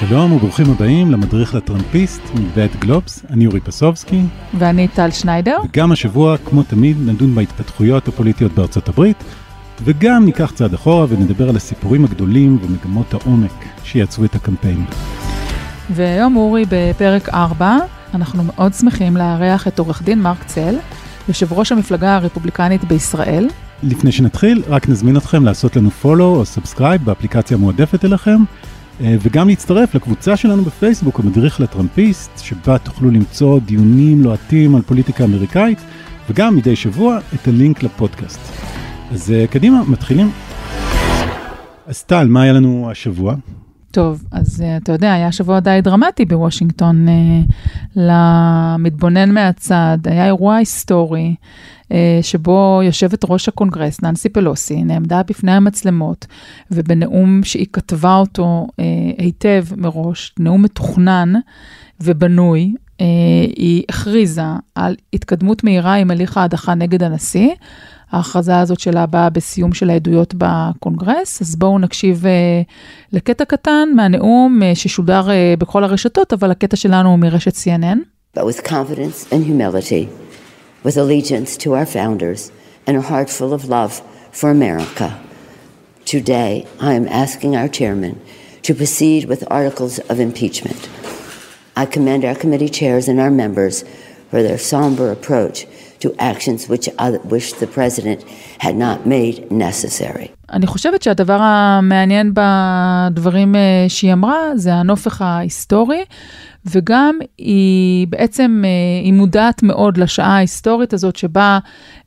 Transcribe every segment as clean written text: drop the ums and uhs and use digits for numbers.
שלום וברוכים הבאים למדריך לטראמפיסט מבית גלובס. אני אורי פסובסקי. ואני טל שניידר. וגם השבוע, כמו תמיד, נדון בהתפתחויות הפוליטיות בארצות הברית, וגם ניקח צעד אחורה ונדבר על הסיפורים הגדולים ומגמות העומק שיצרו את הקמפיין. והיום אורי בפרק 4, אנחנו מאוד שמחים לארח את עורך דין מרק צל, יושב ראש המפלגה הרפובליקנית בישראל. לפני שנתחיל, רק נזמין אתכם לעשות לנו follow או subscribe באפליקציה המועדפת אליכם, וגם להצטרף לקבוצה שלנו בפייסבוק, המדריך לטראמפיסט, שבה תוכלו למצוא דיונים לוהטים על פוליטיקה אמריקאית, וגם מדי שבוע את הלינק לפודקאסט. אז קדימה, מתחילים. אז טל, מה היה לנו השבוע? טוב, אז אתה יודע, היה שבוע די דרמטי בוושינגטון למתבונן מהצד, היה אירוע היסטורי, שבו יושבת ראש הקונגרס, ננסי פלוסי, נעמדה בפני המצלמות, ובנאום שהיא כתבה אותו היטב מראש, נאום מתוכנן ובנוי, היא הכריזה על התקדמות מהירה עם הליך ההדחה נגד הנשיא. ההכרזה הזאת שלה באה בסיום של העדויות בקונגרס, אז בואו נקשיב לקטע קטן מהנאום ששודר בכל הרשתות, אבל הקטע שלנו הוא מרשת CNN. But with confidence and humility, with allegiance to our founders and a heart full of love for America, today I am asking our chairman to proceed with articles of impeachment. I commend our committee chairs and our members for their somber approach to actions which the president had not made necessary. אני חושבת שהדבר המעניין בדברים שהיא אמרה, זה הנופך ההיסטורי, וגם היא בעצם, היא מודעת מאוד לשעה ההיסטורית הזאת, שבה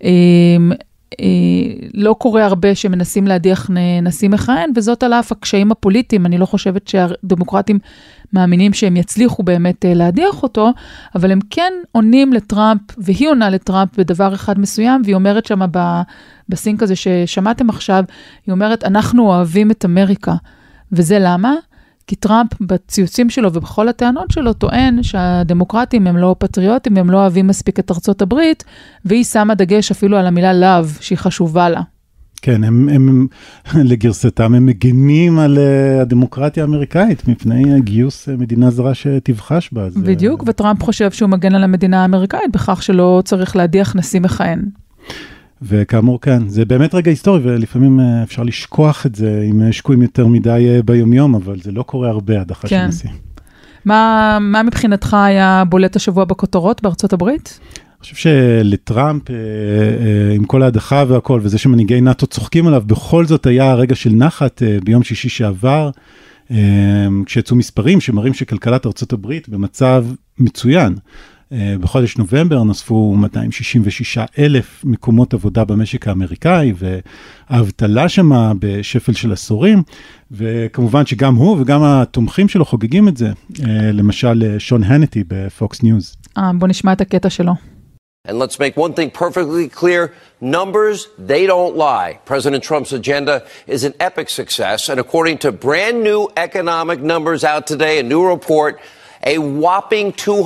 לא קורה הרבה שמנסים להדיח נשיא מכהן, וזאת על אף הקשיים הפוליטיים. אני לא חושבת שהדמוקרטים מאמינים שהם יצליחו באמת להדיח אותו, אבל הם כן עונים לטראמפ, והיא עונה לטראמפ בדבר אחד מסוים, והיא אומרת שמה בסינק הזה ששמעתם עכשיו, היא אומרת, אנחנו אוהבים את אמריקה. וזה למה? כי טראמפ בציוצים שלו ובכל הטענות שלו טוען שהדמוקרטים הם לא פטריוטים, הם לא אוהבים מספיק את ארצות הברית, והיא שמה דגש אפילו על המילה love שהיא חשובה לה. כן, הם לגרסתם, הם מגנים על הדמוקרטיה האמריקאית, מפני גיוס מדינה זרה שתבחש בה. בדיוק, וטראמפ חושב שהוא מגן על המדינה האמריקאית, בכך שלא צריך להדיח נשיא מכהן. וכאמור כאן, זה באמת רגע היסטורי, ולפעמים אפשר לשכוח את זה, אם שקועים יותר מדי ביומיום, אבל זה לא קורה הרבה הדחה של נשיא. מה מבחינתך היה בולט השבוע בכותרות בארצות הברית? אני חושב שלטראמפ, עם כל ההדחה והכל, וזה שמנהיגי נאטו צוחקים עליו, בכל זאת היה רגע של נחת ביום שישי שעבר, כשיצאו מספרים שמראים שכלכלת ארצות הברית במצב מצוין. בחודש נובמבר נוספו 266,000 מקומות עבודה במשק האמריקאי, והאבטלה שמה בשפל של עשורים, וכמובן שגם הוא וגם התומכים שלו חוגגים את זה, למשל שון הנטי בפוקס ניוז. בוא נשמע את הקטע שלו. And let's make one thing perfectly clear, numbers, they don't lie. President Trump's agenda is an epic success, and according to brand new economic numbers out today, a new report, a whopping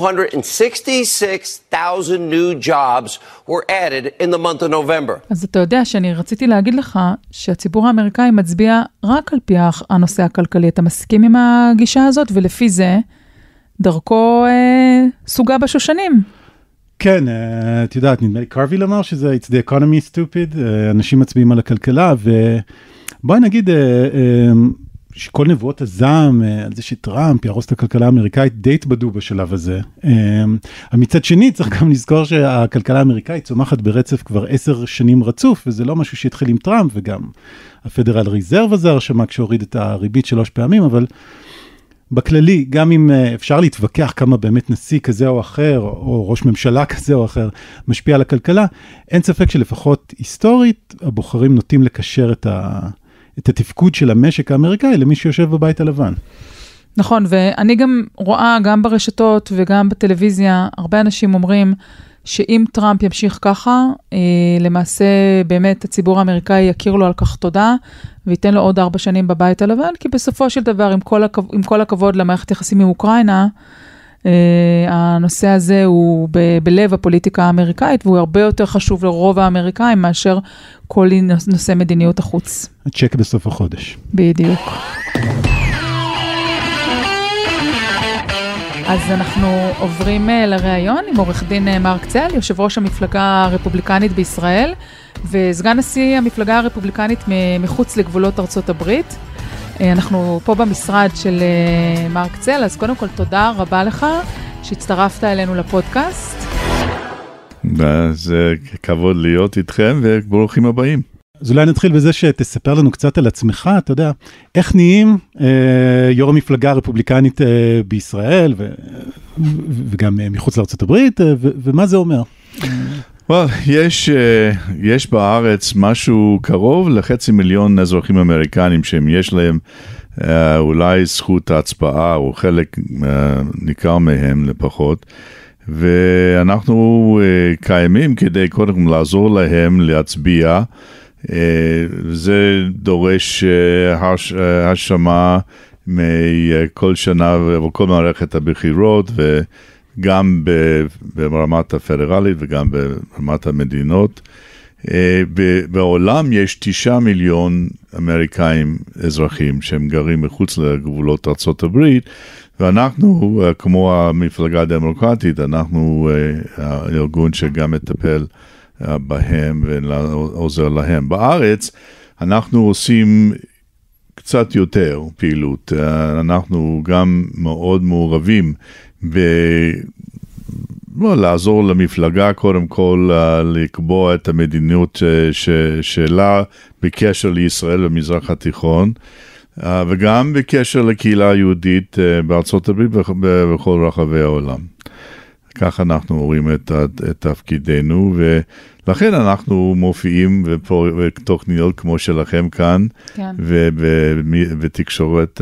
266,000 new jobs were added in the month of November. אז אתה יודע שאני רציתי להגיד לך שהציבור האמריקאי מצביע רק על פי הנושא הכלכלי. אתה מסכים עם הגישה הזאת, ולפי זה דרכו סוגה בשושנים. כן, את יודעת, נדמה לי קרוויל אמר שזה it's the economy stupid, אנשים מצביעים על הכלכלה, ובואי נגיד שכל נבואות הזעם על זה שטראמפ ירוס את הכלכלה האמריקאית די התבדו בשלב הזה. מצד שני, צריך גם לזכור שהכלכלה האמריקאית צומחת ברצף כבר 10 שנים רצוף, וזה לא משהו שהתחיל עם טראמפ, וגם הפדרל ריזרב עזר שמה כשהוריד את הריבית 3 פעמים, אבל בכללי, גם אם אפשר להתווכח כמה באמת נשיא כזה או אחר, או ראש ממשלה כזה או אחר, משפיע על הכלכלה, אין ספק שלפחות היסטורית, הבוחרים נוטים לקשר את התפקוד של המשק האמריקאי למי שיושב בבית הלבן. נכון, ואני גם רואה גם ברשתות וגם בטלוויזיה, הרבה אנשים אומרים שאם טראמפ ימשיך ככה, למעשה באמת הציבור האמריקאי יכיר לו על כך תודה, וייתן לו עוד 4 שנים בבית הלבן, כי בסופו של דבר, עם כל הכבוד למערכת יחסים עם אוקראינה, הנושא הזה הוא בלב הפוליטיקה האמריקאית, והוא הרבה יותר חשוב לרוב האמריקאים, מאשר כל נושא מדיניות החוץ. הצ'ק בסוף החודש. בדיוק. אז אנחנו עוברים לראיון עם עורך דין מרק צל, יושב ראש המפלגה הרפובליקנית בישראל, וסגן נשיא המפלגה הרפובליקנית מחוץ לגבולות ארצות הברית. אנחנו פה במשרד של מרק צל, אז קודם כל תודה רבה לך שהצטרפת אלינו לפודקאסט. זה כבוד להיות איתכם וברוכים הבאים. אז אולי נתחיל בזה שתספר לנו קצת על עצמך, אתה יודע, איך נהיים יו"ר המפלגה הרפובליקנית בישראל וגם מחוץ לארצות הברית, ומה זה אומר? יש בארץ משהו קרוב ל500,000 אזרחים אמריקנים שיש להם אולי זכות ההצבעה או חלק ניכר מהם לפחות, ואנחנו קיימים כדי קודם לעזור להם להצביע. זה דורש הרשמה מכל שנה וכל מערכת הבחירות, וגם ברמת הפדרלית וגם ברמת המדינות. בעולם יש 9 מיליון אמריקאים אזרחים שהם גרים מחוץ לגבולות ארצות הברית, ואנחנו, כמו המפלגה הדמוקרטית, אנחנו הארגון שגם מטפל בהם ועוזר להם. בארץ אנחנו עושים קצת יותר פעילות, אנחנו גם מאוד מעורבים לעזור למפלגה קודם כל לקבוע את המדיניות שלה בקשר לישראל במזרח התיכון, וגם בקשר לקהילה היהודית בארצות הברית ובכל רחבי העולם. כך אנחנו רואים את תפקידנו, ולכן אנחנו מופיעים בתוכניות כמו שלכם כאן, כן. ובתקשורת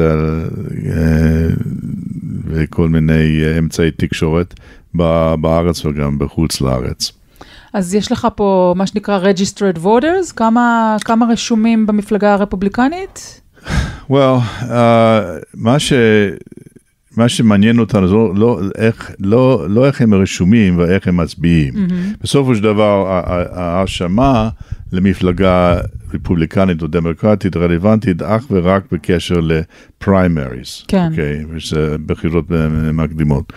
וכל מיני אמצעי תקשורת בארץ וגם בחוץ לארץ. אז יש לך פה מה שנקרא registered voters, כמה רשומים במפלגה הרפובליקנית? מה שמעניין אותנו לא איך הם רשומים ואיך הם מצביעים. בסופו של דבר, ההרשמה למפלגה רפובליקנית או דמוקרטית רלוונטית אך ורק בקשר לפריימריז. כן. וזה בחירות מקדימות.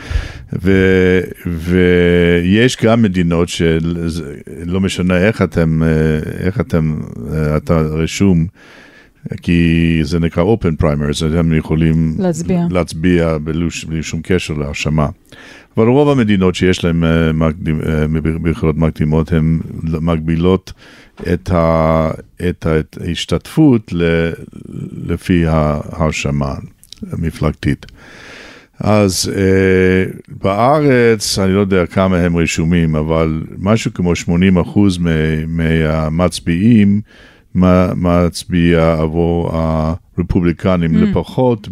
ויש גם מדינות שלא משנה איך אתה רשום, כי זה נקרא open primaries, הם יכולים להצביע בלי שום קשר להרשמה. אבל רוב המדינות שיש להם בחירות מקדימות, הן מגבילות את ההשתתפות לפי ההרשמה המפלגתית. אז בארץ, אני לא יודע כמה הם רשומים, אבל משהו כמו 80% מהמצביעים, מצביע עבור הרפובליקנים, לפחות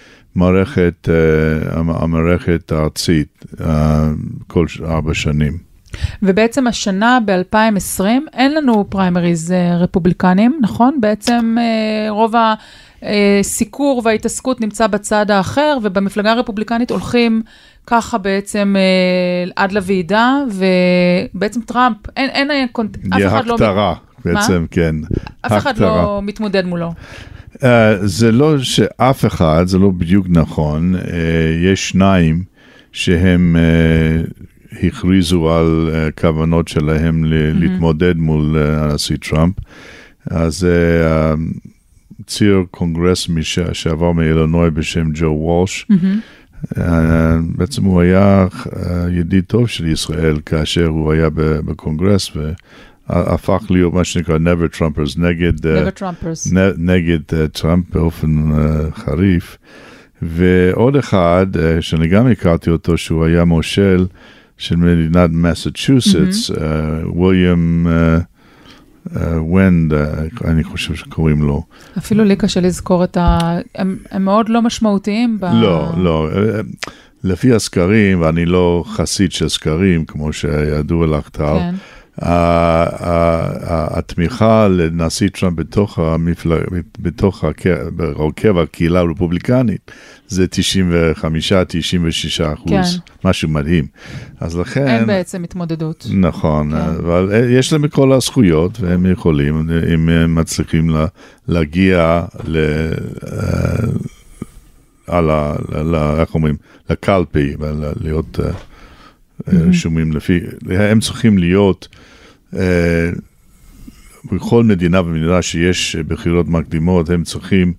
המערכת הארצית, כל 4 שנים. ובעצם השנה ב-2020 אין לנו פריימריז רפובליקנים, נכון? בעצם רוב הסיקור וההתעסקות נמצא בצד האחר, ובמפלגה הרפובליקנית הולכים ככה בעצם עד לוועידה, ובעצם טראמפ, אין אף אחד לא... הכתרה. בעצם, כן. אף אחד לא מתמודד מולו. זה לא שאף אחד, זה לא בדיוק נכון. יש 2 שהם הכריזו על כוונות שלהם להתמודד מול הנשיא טראמפ. אז ציר קונגרס שעבר מאילינוי בשם ג'ו וולש. בעצם הוא היה ידיד טוב של ישראל כאשר הוא היה בקונגרס הפך להיות מה שנקרא never Trumpers, נגד טראמפ באופן חריף. ועוד אחד, שאני גם הכרתי אותו, שהוא היה מושל של מדינת מסצ'וסטס, וויליאם ונד, אני חושב שקוראים לו. אפילו לי קשה לזכור הם מאוד לא משמעותיים. לא. לפי הסקרים, ואני לא חסיד של סקרים, כמו שידוע לך טל, כן. התמיכה לנשיא טראמפ בתוך הרכב הקהילה הרפובליקנית זה 95-96%, כן. משהו מדהים. אז לכן... אין בעצם התמודדות. נכון, כן. אבל יש להם כל הזכויות, והם יכולים, אם הם מצליחים להגיע איך אומרים, לקלפי, ולהיות רשומים לפי, הם צריכים להיות, בכל מדינה ומדינה שיש בחירות מקדימות, הם צריכים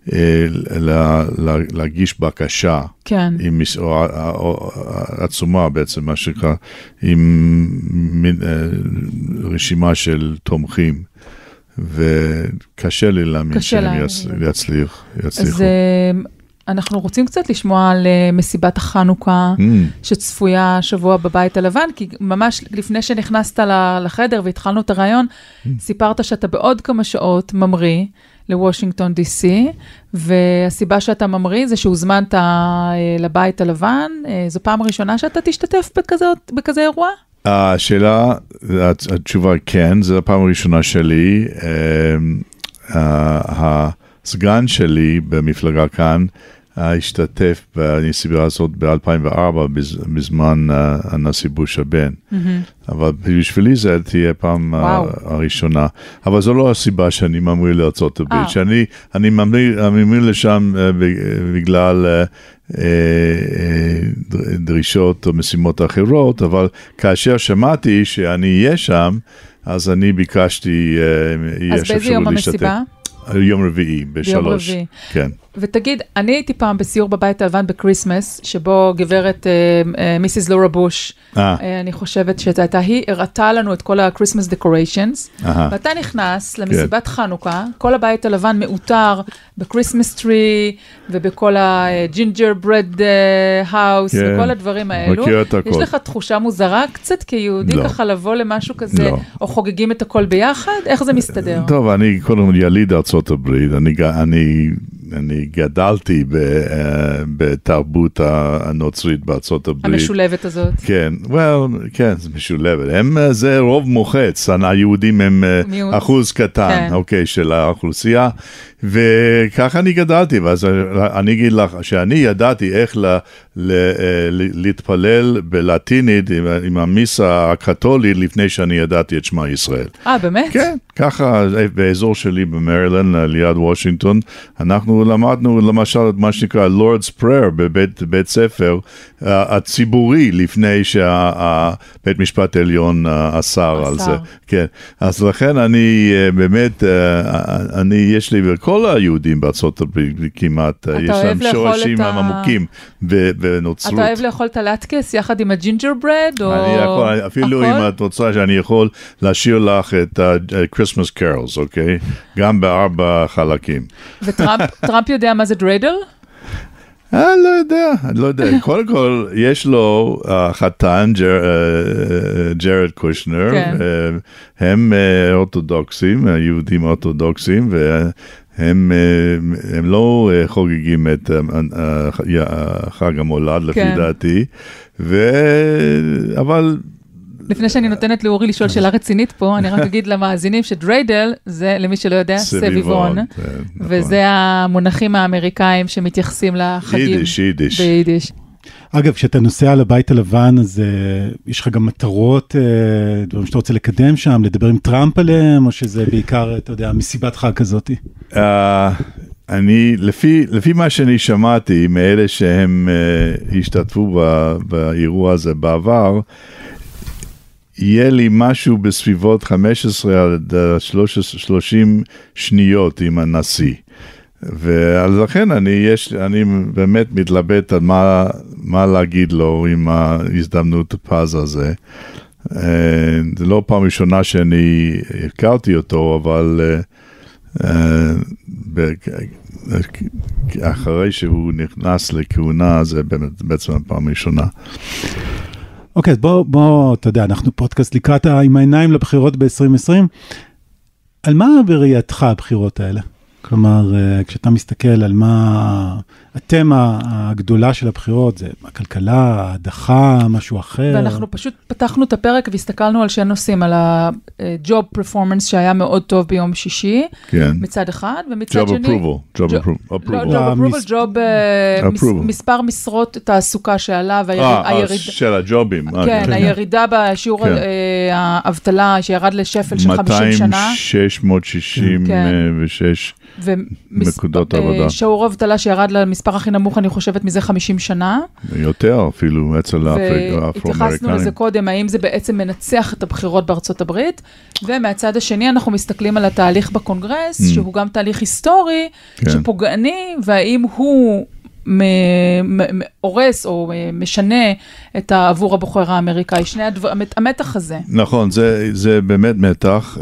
להגיש בקשה, כן. או עצומה בעצם, מה שנקרא, עם רשימה של תומכים, וקשה לי להאמין שהם יצליחו. אז אנחנו רוצים קצת לשמוע על מסיבת החנוכה שצפויה שבוע בבית הלבן, כי ממש לפני שנכנסת לחדר והתחלנו את הרעיון, סיפרת שאתה בעוד כמה שעות ממריא לוושינגטון DC, והסיבה שאתה ממריא זה שהוזמנת לבית הלבן, זו פעם ראשונה שאתה תשתתף בכזה אירוע? השאלה, התשובה כן, זו הפעם הראשונה שלי, הסגן שלי במפלגה כאן, השתתף בנסיבה הזאת ב-2004, בזמן הנשיא בוש הבן. אבל בשבילי זה תהיה פעם הראשונה. אבל זו לא הסיבה שאני ממריא לארצות הברית. שאני ממריא לשם בגלל דרישות או משימות אחרות, אבל כאשר שמעתי שאני אהיה שם, אז אני ביקשתי, אז באיזה יום המסיבה? יום רביעי, ביום רביעי. כן. ותגיד, אני הייתי פעם בסיור בבית הלבן בקריסמס, שבו גברת מיסיס לורה בוש, אני חושבת שהייתה, היא הראתה לנו את כל ה-Christmas decorations, ואתה נכנס למסיבת חנוכה, כל הבית הלבן מאותר בקריסמס טרי, ובכל הג'ינג'ר ברד האוס, וכל הדברים האלו. יש לך תחושה מוזרה קצת כיהודי ככה לבוא למשהו כזה, או חוגגים את הכל ביחד? איך זה מסתדר? טוב, אני קודם יליד ארצות הברית, אני גדלתי בתרבות הנוצרית בארצות הברית. המשולבת הזאת. כן, כן, זה משולבת. זה רוב מוחץ, היהודים הם אחוז קטן, אוקיי, של האוכלוסייה, וככה אני גדלתי, ואז אני אגיד לך שאני ידעתי איך להתפלל בלטינית עם המיסה הקתולית לפני שאני ידעתי את שמה ישראל. באמת? כן, ככה באזור שלי במרילנד, ליד וושינגטון, אנחנו למדנו למשל את מה שנקרא Lord's Prayer בבית ספר הציבורי לפני שהבית משפט העליון אסר על זה. כן, אז לכן אני באמת, יש לי וכל היהודים בארצות הברית כמעט, יש להם שורשים עמוקים בנוצרות. אתה אוהב לאכול את הלטקס יחד עם הג'ינג'ר ברד? אני יכול, אפילו אם את רוצה שאני יכול לשיר לך את Christmas carols, אוקיי? גם ב4 חלקים. וטראמפ יודע מה זה דריידל? לא יודע. קודם כל, יש לו חתן, ג'רד קושנר, הם אורתודוקסים, יהודים אורתודוקסים, והם לא חוגגים את חג המולד, לפי דעתי, אבל... לפני שאני נותנת לאורי לשאול שאלה רצינית פה, אני רק אגיד למאזינים שדריידל זה, למי שלא יודע, סביבון, וזה המונחים האמריקאים שמתייחסים לחגים ביידיש. אגב, כשאתה נוסע לבית הלבן, אז יש לך גם מטרות, דברים שאתה רוצה לקדם שם, לדבר עם טראמפ עליהם, או שזה בעיקר, אתה יודע, מסיבת חג כזאת? לפי מה שאני שמעתי, מאלה שהם השתתפו באירוע הזה בעבר, יהיה לי משהו בסביבות 15 עד 30 שניות עם הנשיא. ועל לכן אני באמת מתלבט על מה להגיד לו עם ההזדמנות הפז הזה. זה לא פעם ראשונה שאני הכרתי אותו, אבל אחרי שהוא נכנס לכהונה, זה בעצם הפעם ראשונה. אוקיי, אז בוא, אתה יודע, אנחנו פודקאסט לקראת עם העיניים לבחירות ב-2020. על מה בראייתך הבחירות האלה? כלומר, כשאתה מסתכל על מה התמה הגדולה של הבחירות, זה הכלכלה, ההדחה, משהו אחר. ואנחנו פשוט פתחנו את הפרק והסתכלנו על שני נושאים, על ה-job performance שהיה מאוד טוב ביום שישי, כן. מצד אחד, ומצד שני... job approval, מספר משרות תעסוקה שעלה, של הג'ובים. כן, הירידה בשיעור האבטלה שירד לשפל של 50 שנה. 666 נקודות עבודה. שיעור אבטלה שירד למספר הכי נמוך, אני חושבת, מזה 50 שנה. יותר אפילו אצל האפרו-אמריקנים. והתייחסנו לזה קודם, האם זה בעצם מנצח את הבחירות בארצות הברית, ומהצד השני אנחנו מסתכלים על התהליך בקונגרס, שהוא גם תהליך היסטורי, שפוגעני, והאם הוא הורס או משנה עבור הבוחר האמריקאי, המתח הזה. נכון, זה באמת מתח.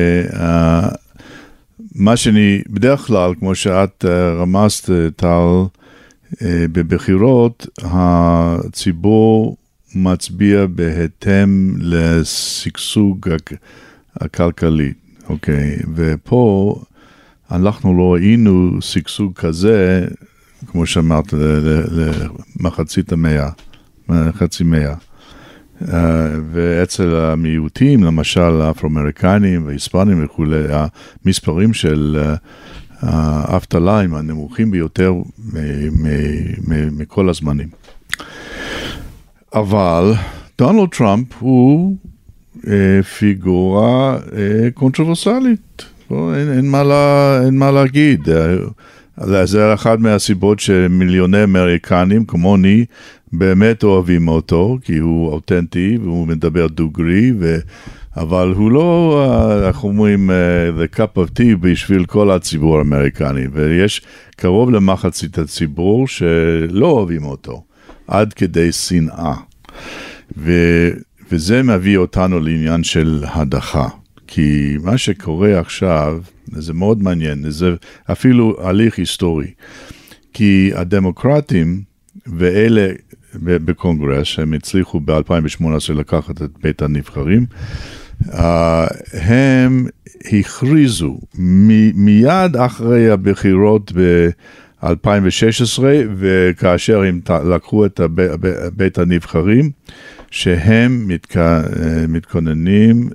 מה שאני, בדרך כלל, כמו שאת רמזת, טל, בבחירות, הציבור מצביע בהתאם לסגסוג הכלכלי, אוקיי? ופה אנחנו לא ראינו סגסוג כזה, כמו שאמרת, למחצית המאה, חצי מאה. ואצל המיעוטים, למשל האפרו-אמריקנים והיספנים וכו', המספרים של האבטלה הם הנמוכים ביותר מכל הזמנים. אבל דונלד טראמפ הוא פיגורה קונטרוברסלית, אין מה להגיד. זה אחד מהסיבות שמיליוני אמריקנים כמוני באמת אוהבים אותו, כי הוא אותנטי והוא מדבר דוגרי, אבל הוא לא, אנחנו אומרים, the cup of tea בשביל כל הציבור האמריקני, ויש קרוב למחצית הציבור שלא אוהבים אותו, עד כדי שנאה. וזה מביא אותנו לעניין של הדחה. כי מה שקורה עכשיו, זה מאוד מעניין, זה אפילו הליך היסטורי. כי הדמוקרטים ואלה בקונגרס, הם הצליחו ב-2018 לקחת את בית הנבחרים, הם הכריזו מיד אחרי הבחירות ב-2016, וכאשר הם לקחו את בית הנבחרים, שהם מתכוננים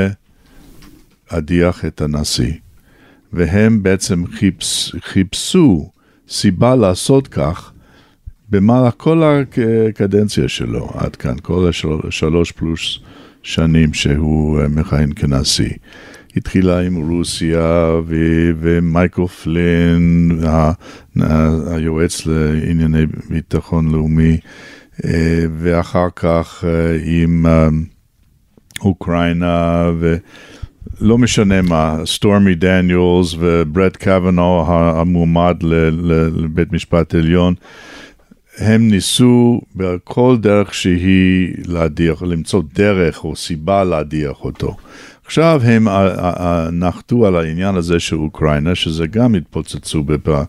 להדיח את הנשיא. והם בעצם חיפשו סיבה לעשות כך, במהלך כל הקדנציה שלו, עד כאן, כל 3 פלוס שנים שהוא מכהן כנשיא. התחילה עם רוסיה ומייקל פלין, היועץ לענייני ביטחון לאומי, ואחר כך עם אוקראינה, ולא משנה מה, סטורמי דניאלס וברט קוונו, המועמד לבית משפט עליון, הם ניסו בכל דרך שהיא להדיח, למצוא דרך או סיבה להדיח אותו. עכשיו הם נחתו על העניין הזה של אוקראינה, שזה גם התפוצצו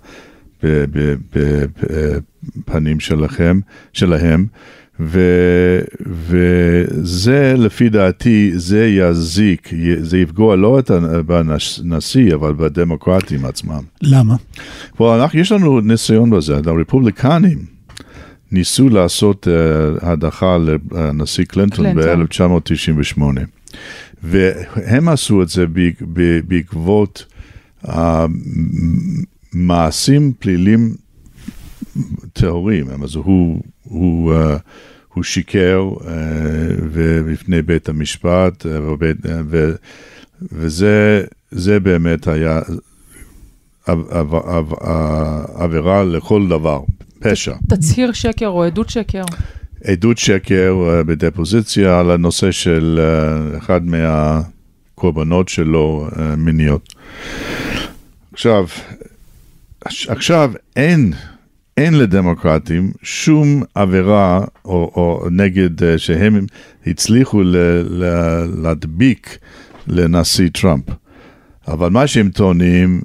בפנים שלהם, וזה לפי דעתי, זה יזיק, זה יפגוע לא בנשיא, אבל בדמוקרטים עצמם. למה? יש לנו ניסיון בזה, הרפובליקנים, ניסו לעשות הדחה לנשיא קלינטון ב-1998. והם עשו את זה בעקבות מעשים פלילים טהורים. אז הוא שיקר בפני בית המשפט, וזה באמת היה עבירה לכל דבר. פשע. תצהיר שקר או עדות שקר? עדות שקר בדפוזיציה על הנושא של אחד מהקורבנות שלו מיניות. עכשיו אין לדמוקרטים שום עבירה או נגד שהם הצליחו להדביק לנשיא טראמפ. אבל מה שהם טוענים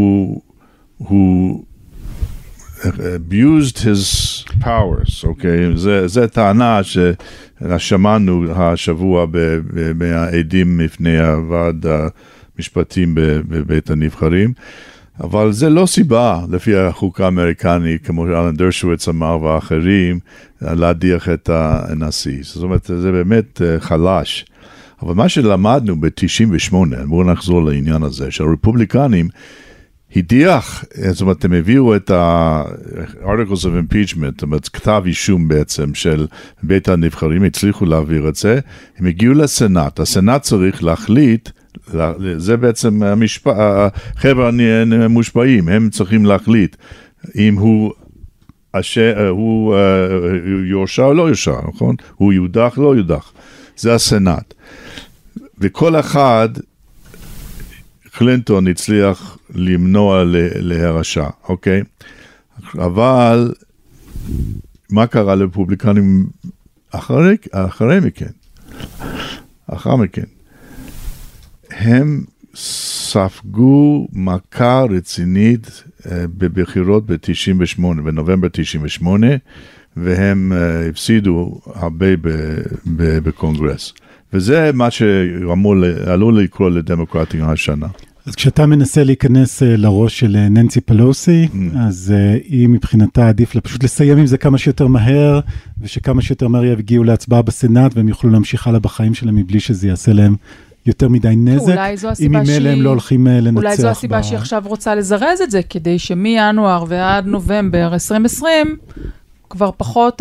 הוא abused his powers, אוקיי? זה טענה ששמענו השבוע מהעדים לפני הוועד המשפטים בבית הנבחרים, אבל זה לא סיבה, לפי החוקה האמריקני, כמו אלן דרשוויץ אמר ואחרים, להדיח את הנשיא. זאת אומרת, זה באמת חלש. אבל מה שלמדנו ב-98, בואו נחזור לעניין הזה, שהרפובליקנים הדיח, זאת אומרת, הם הביאו את ה-articles of impeachment, זאת אומרת, כתב אישום בעצם של בית הנבחרים, הצליחו להעביר את זה, הם הגיעו לסנאט, הסנאט צריך להחליט זה בעצם החבר'ה מושפעים, הם צריכים להחליט אם הוא יורשע או לא יורשע, נכון? הוא יודח, לא יודח. זה הסנאט. וכל אחד, קלינטון הצליח למנוע להרשע, אוקיי? אבל מה קרה לרפובליקנים אחרי מכן? הם ספגו מכה רצינית בבחירות בנובמבר 98, והם הפסידו הרבה בקונגרס. וזה מה שעלול לקרוא לדמוקרטים השנה. אז כשאתה מנסה להיכנס לראש של ננסי פלוסי, אז היא מבחינתה עדיף לה פשוט לסיים עם זה כמה שיותר מהר, ושכמה שיותר מהר יגיעו להצבעה בסנאט, והם יוכלו להמשיך הלאה בחיים שלהם, מבלי שזה יעשה להם יותר מדי נזק, אם ממילא הם לא הולכים לנצח. אולי זו הסיבה שהיא עכשיו רוצה לזרז את זה, כדי שמינואר ועד נובמבר 2020, כבר פחות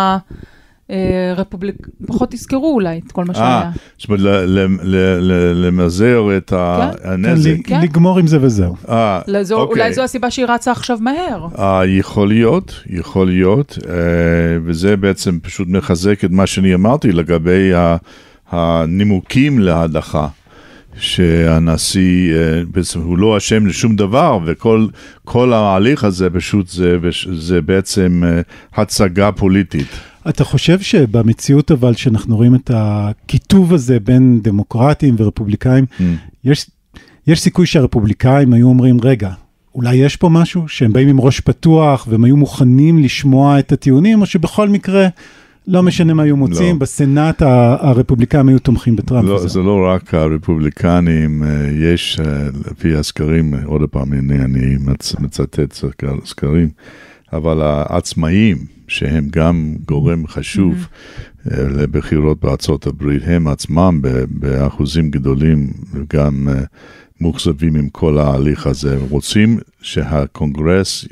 פחות תזכרו אולי את כל מה שהיה. זאת אומרת, למזער את הנזק. לגמור עם זה וזהו. אולי זו הסיבה שהיא רצה עכשיו מהר. יכול להיות, וזה בעצם פשוט מחזק את מה שאני אמרתי לגבי הנימוקים להדחה. שהנשיא בעצם הוא לא אשם לשום דבר, וכל ההליך הזה פשוט זה בעצם הצגה פוליטית. אתה חושב שבמציאות אבל שאנחנו רואים את הכיתוב הזה בין דמוקרטים ורפובליקאים, יש סיכוי שהרפובליקאים היו אומרים, רגע, אולי יש פה משהו שהם באים עם ראש פתוח והם היו מוכנים לשמוע את הטיעונים, או שבכל מקרה לא משנה מה היו מוצאים, בסנאט הרפובליקאים היו תומכים בטראמפ. לא, זה לא רק הרפובליקנים, יש לפי הסקרים, עוד פעם אני מצטט סקרים, אבל העצמאים, שהם גם גורם חשוב לבחירות בארצות הברית, הם עצמם באחוזים גדולים גם מוחזבים עם כל ההליך הזה. רוצים שהקונגרס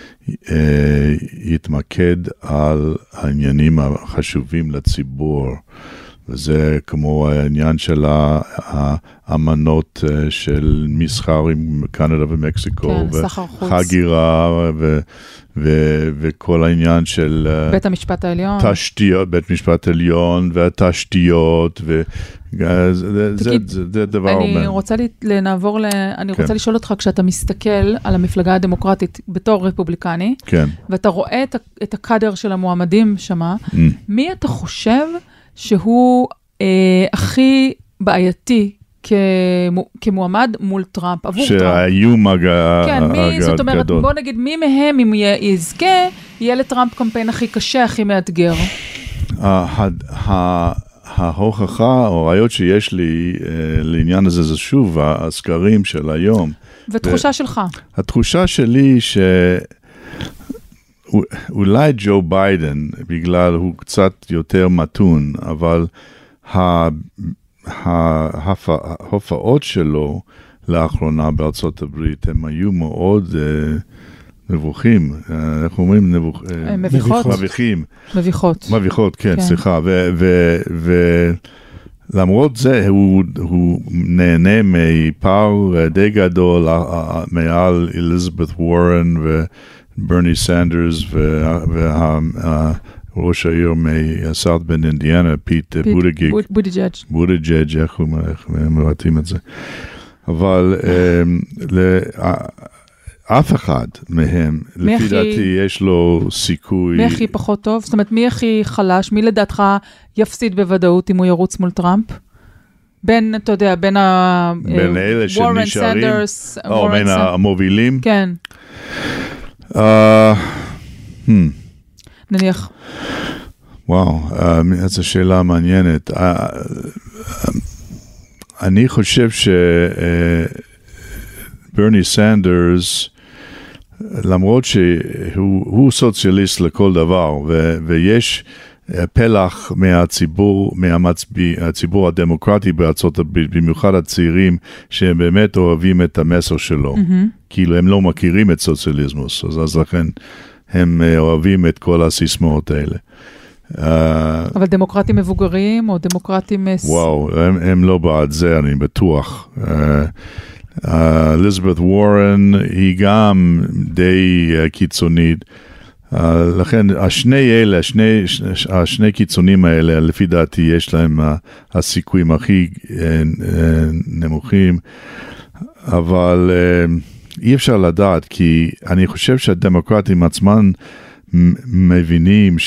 יתמקד על העניינים החשובים לציבור, וזה כמו העניין של האמנות של מסחר עם קנדה ומקסיקו, וחגירה וכל העניין של בית המשפט העליון, תשתיות, בית משפט העליון והתשתיות, זה דבר אני רוצה לעבור אני רוצה לשאול אותך, כשאתה מסתכל על המפלגה הדמוקרטית בתור רפובליקני, ואתה רואה את הקאדר של המועמדים שמה, מי אתה חושב שהוא הכי בעייתי כמועמד מול טראמפ, עבור טראמפ? שהאיום הגדול. כן, זאת אומרת, בוא נגיד, מי מהם, אם יזכה, יהיה לטראמפ קמפיין הכי קשה, הכי מאתגר? ההוכחה או ראיות שיש לי לעניין הזה, זה שוב, הסקרים של היום. ותחושה שלך? התחושה שלי אולי ג'ו ביידן, בגלל הוא קצת יותר מתון, אבל ההופעות שלו לאחרונה בארצות הברית, הם היו מאוד מבוכים, איך אומרים? מביכות, כן, סליחה. ולמרות זה, הוא נהנה מפער די גדול מעל אליזבת וורן ברני סנדרס וראש העיר מסאות' בנד אינדיאנה, פיט בוטיג'אג', איך הם מבטאים את זה. אבל אף אחד מהם, לפי דעתי, יש לו סיכוי. מי הכי פחות טוב? זאת אומרת, מי הכי חלש? מי לדעתך יפסיד בוודאות אם הוא ירוץ מול טראמפ? בין, אתה יודע, בין אלה שנשארים, בין המובילים? כן. נניח. וואו, זו שאלה מעניינת. אני חושב ברני סנדרס, למרות שהוא סוציאליסט לכל דבר, ויש פלח מהציבור הדמוקרטי בארצות הברית, במיוחד הצעירים, שהם באמת אוהבים את המסר שלו. כאילו הם לא מכירים את סוציאליזמוס, אז לכן הם אוהבים את כל הסיסמאות האלה. אבל דמוקרטים מבוגרים או דמוקרטים... וואו, הם לא בעד זה, אני בטוח. אליזבת וורן היא גם די קיצונית, לכן השני קיצונים האלה, לפי דעתי יש להם הסיכויים הכי נמוכים, אבל אי אפשר לדעת, כי אני חושב שהדמוקרטים עצמם מבינים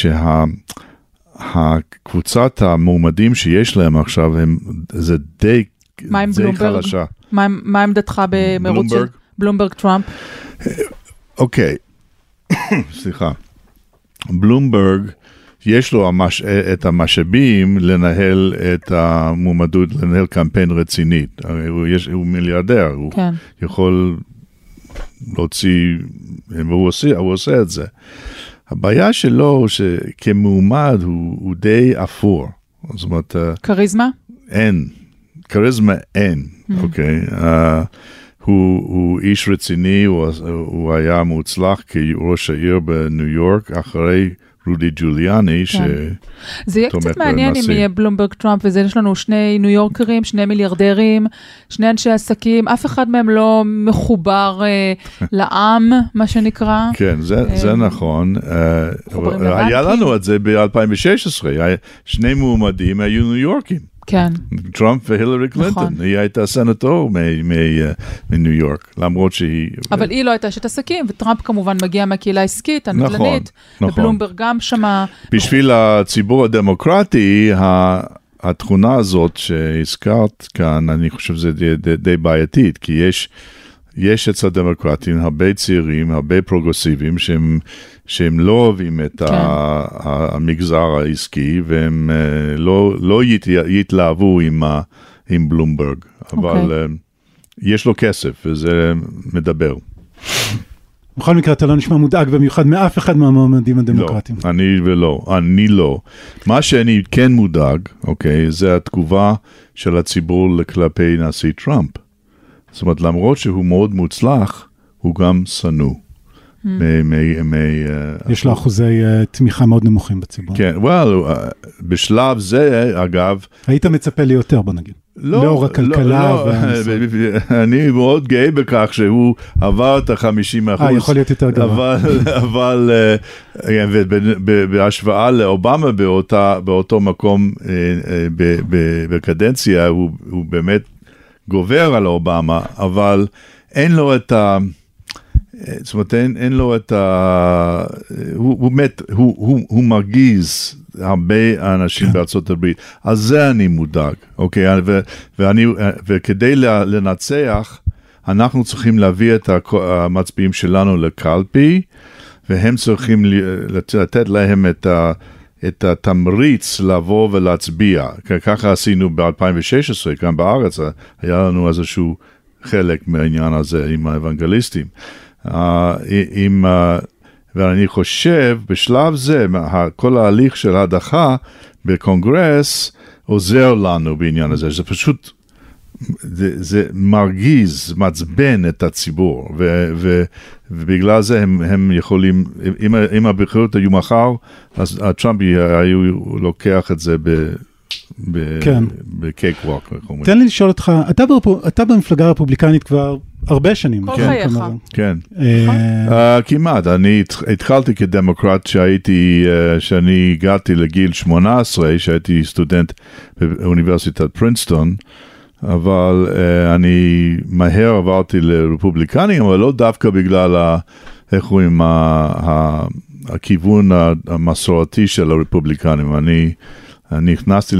שהקבוצת המועמדים שיש להם עכשיו, זה די חלשה. מה עמדתך במרוץ של בלומברג טראמפ? אוקיי, סליחה. בלומברג, יש לו את המשאבים לנהל את המועמדות, לנהל קמפיין רצינית. הוא מיליארדר, הוא יכול להוציא, והוא עושה את זה. הבעיה שלו, שכמועמד הוא די אפור. זאת אומרת... קריזמה? אין. קריזמה אין, אוקיי? הוא איש רציני, הוא היה מוצלח כראש העיר בניו יורק, אחרי רודי ג'וליאני, שתומך בנשיא. זה יהיה קצת מעניין אם יהיה בלומברג טראמפ, וזה יש לנו 2 ניו יורקרים, 2 מיליארדרים, 2 אנשי עסקים, אף אחד מהם לא מחובר לעם, מה שנקרא. כן, זה נכון. היה לנו את זה ב-2016, 2 מועמדים היו ניו יורקים. כן. טראמפ והילרי קלינטון, היא הייתה סנטור מניו יורק, למרות שהיא... אבל היא לא הייתה אשת עסקים, וטראמפ כמובן מגיע מהקהילה העסקית, הנדל"נית, ובלומברג גם שמה... בשביל הציבור הדמוקרטי, התכונה הזאת שהזכרת כאן, אני חושב שזה די בעייתית, כי יש אצל הדמוקרטים הרבה צעירים, הרבה פרוגרסיביים, שהם לא אוהבים את המגזר העסקי, והם לא יתלהבו עם בלומברג, אבל יש לו כסף, וזה מדבר. בכל מקרה, אתה לא נשמע מודאג במיוחד מאף אחד מהמועמדים הדמוקרטיים. לא, אני לא. מה שאני כן מודאג, אוקיי, זה התגובה של הציבור כלפי נשיא טראמפ. זאת אומרת, למרות שהוא מאוד מוצלח, הוא גם שנוא. יש לו אחוזי תמיכה מאוד נמוכים בציבור. כן, בשלב זה, אגב... היית מצפה לי יותר, בוא נגיד. לאור הכלכלה. אני מאוד גאה בכך שהוא עבר את ה-50%. יכול להיות יותר גבוה. אבל בהשוואה לאובמה באותו מקום בקדנציה, הוא באמת גובר על אובמה, אבל אין לו את זאת אומרת, אין לו את הוא מרגיז הרבה אנשים בארצות הברית. אז זה אני מודאג, אוקיי? וכדי לנצח, אנחנו צריכים להביא את המצביעים שלנו לקלפי, והם צריכים לתת להם את התמריץ לבוא ולהצביע. ככה עשינו ב-2016, כאן בארץ, היה לנו איזשהו חלק מהעניין הזה עם האוונגליסטים. ואני חושב, בשלב זה, כל ההליך של ההדחה בקונגרס עוזר לנו בעניין הזה. זה פשוט, זה מרגיז, מעצבן את הציבור, ובגלל זה הם יכולים, אם הבחירות היו מחר, אז טראמפ היו לוקח את זה בקייק ווק. תן לי לשאול אותך, אתה במפלגה הרפובליקנית כבר הרבה שנים. כל חייך. כן. כמעט. אני התחלתי כדמוקרט שאני הגעתי לגיל 18, שהייתי סטודנט באוניברסיטת פרינסטון, אבל אני מהר עברתי לרפובליקנים, אבל לא דווקא בגלל איך רואים הכיוון המסורתי של הרפובליקנים. אני נכנסתי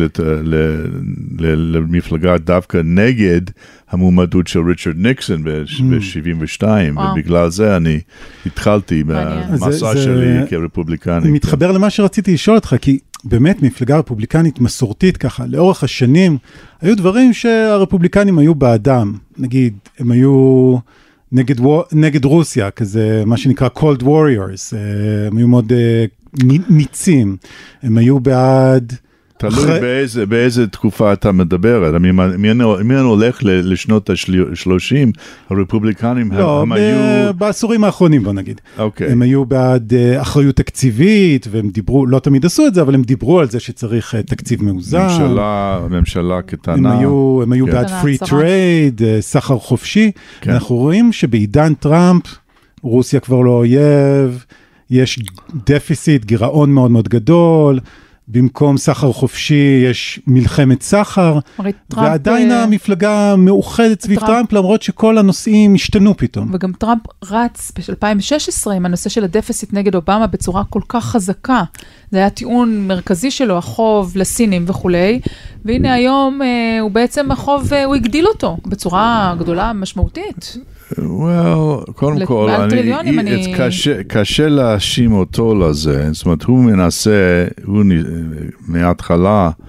למפלגה דווקא נגד המועמדות של ריצ'רד ניקסון ב-72, ובגלל זה אני התחלתי במסע שלי כרפובליקני. אני מתחבר למה שרציתי לשאול אותך, כי באמת מפלגה רפובליקנית מסורתית ככה, לאורך השנים, היו דברים שהרפובליקנים היו בעדם. נגיד, הם היו נגד רוסיה, כזה מה שנקרא Cold Warriors, הם היו מאוד ניצים, הם היו בעד... תלוי באיזה תקופה אתה מדבר. מי הולך לשנות ה-30, הרפובליקנים הם היו... בעשורים האחרונים, בוא נגיד. אוקיי. הם היו בעד אחריות תקציבית, והם דיברו, לא תמיד עשו את זה, אבל הם דיברו על זה שצריך תקציב מאוזן. ממשלה קטנה. הם היו בעד free trade, סחר חופשי. אנחנו רואים שבעידן טראמפ, רוסיה כבר לא אויב, יש דפיסיט, גירעון מאוד מאוד גדול, במקום סחר חופשי יש מלחמת סחר, ועדיין המפלגה מאוחדת סביב טראמפ, למרות שכל הנושאים השתנו פתאום. וגם טראמפ רץ ב-2016 עם הנושא של הדפיסיט נגד אובמה בצורה כל כך חזקה. זה היה טיעון מרכזי שלו, החוב לסינים וכו'. והנה היום הוא בעצם החוב, הוא הגדיל אותו בצורה גדולה משמעותית. קודם כל, קשה להאשים אותו לזה, זאת אומרת, הוא מנסה, מההתחלה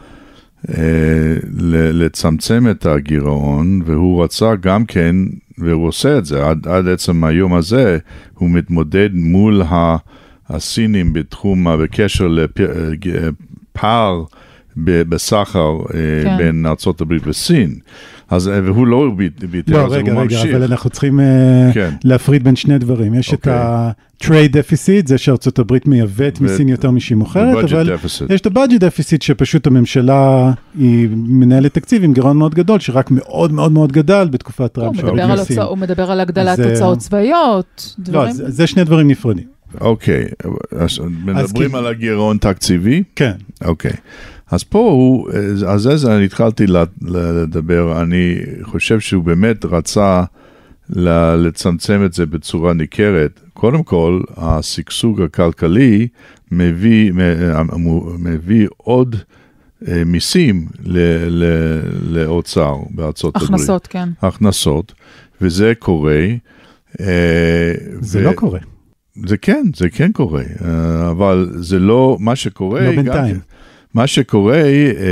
לצמצם את הגירעון, והוא רצה גם כן, והוא עושה את זה, עד עצם היום הזה, הוא מתמודד מול הסינים בקשר לפער בסחר בין ארצות הברית וסין. אז והוא לא ביטר, אז הוא ממשיך. רגע, אבל אנחנו צריכים להפריד בין שני דברים. יש את ה-trade deficit, זה שארצות הברית מייבאת מסין יותר משהיא מוכרת, אבל יש את ה-budget deficit שפשוט הממשלה היא מנהלת תקציב עם גירעון מאוד גדול, שרק מאוד מאוד מאוד גדל בתקופת טראמפ. הוא מדבר על הגדלת תוצאות צבאיות. לא, זה שני דברים נפרדים. אוקיי, מדברים על הגירעון תקציבי? כן. אוקיי. אז פה אז אני התחלתי לדבר, אני חושב שהוא באמת רצה לצמצם את זה בצורה ניכרת. קודם כל, הסגסוג הכלכלי מביא עוד מיסים לאוצר בארצות הברית. הכנסות, כן. הכנסות, וזה קורה. זה לא קורה. זה כן קורה, אבל זה לא מה שקורה. לא בינתיים. מה שקורה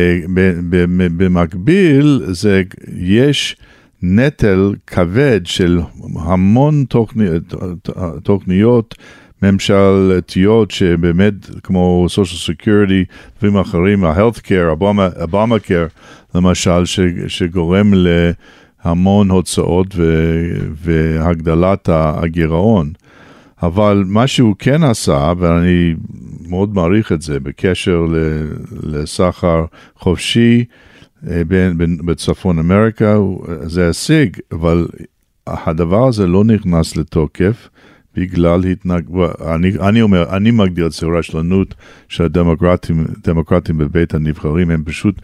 במקביל זה יש נטל כבד של המון תוכניות ממשלתיות שבאמת כמו social security דברים אחרים, ה-healthcare, Obamacare למשל, שגורם להמון הוצאות והגדלת הגירעון. אבל מה שהוא כן עשה, ואני מאוד מעריך את זה, בקשר לסחר חופשי בצפון אמריקה, זה השיג, אבל הדבר הזה לא נכנס לתוקף, בגלל אני מגדיר את זה רשלנות שהדמוקרטים בבית הנבחרים, הם פשוט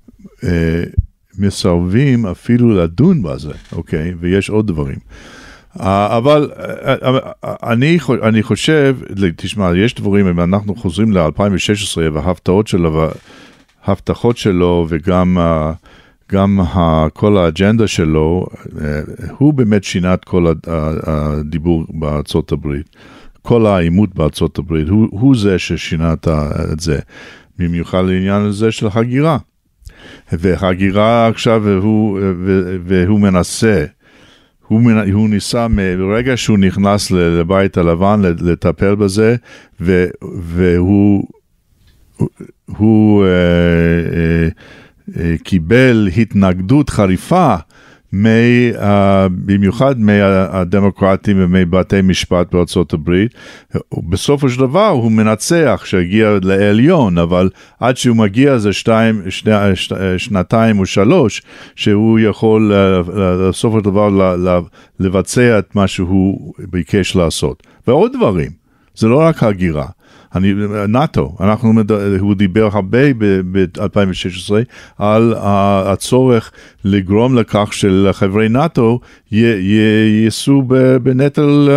מסרבים אפילו לדון בזה, אוקיי? ויש עוד דברים. אבל אני חושב, תשמע, יש דברים, אם אנחנו חוזרים ל-2016 וההבטחות שלו וגם כל האג'נדה שלו, הוא באמת שינה את כל הדיבור בארצות הברית, כל העימות בארצות הברית, הוא זה ששינה את זה, במיוחד לעניין הזה של הגירה. והגירה עכשיו, והוא מנסה, הוא ניסה ברגע שהוא נכנס לבית הלבן לטפל בזה, והוא קיבל התנגדות חריפה במיוחד מהדמוקרטים ומבתי משפט בארצות הברית. בסופו של דבר הוא מנצח שהגיע לעליון, אבל עד שהוא מגיע זה שנתיים או שלוש, שהוא יכול בסופו של דבר לבצע את מה שהוא ביקש לעשות. ועוד דברים, זה לא רק הגירה. נאטו, הוא דיבר הרבה ב-2016 על הצורך לגרום לכך שלחברי נאטו יישאו בנטל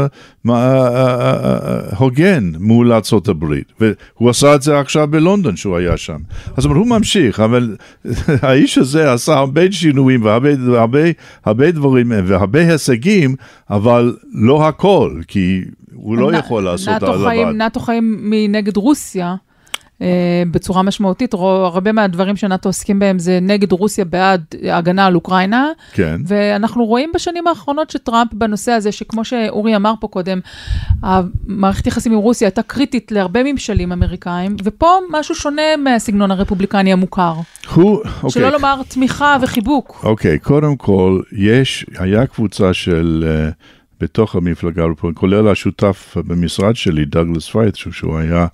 הוגן מול ארצות הברית. והוא עשה את זה עכשיו בלונדון שהוא היה שם. אז הוא ממשיך, אבל האיש הזה עשה הרבה שינויים והרבה דברים והרבה הישגים, אבל לא הכל, כי הוא לא יכול לעשות לבד. נאטו חיים מנגד רוסיה, בצורה משמעותית, הרבה מהדברים שנאטו עוסקים בהם זה נגד רוסיה בעד הגנה על אוקראינה, כן. ואנחנו רואים בשנים האחרונות שטראמפ בנושא הזה, שכמו שאורי אמר פה קודם, המערכת יחסים עם רוסיה הייתה קריטית להרבה ממשלים אמריקאים, ופה משהו שונה מהסגנון הרפובליקני המוכר. שלא לומר תמיכה וחיבוק. אוקיי, קודם כל, היה קבוצה של, בתוך המפלגה, כולל השותף במשרד שלי, דאגלס פייט, שהוא היה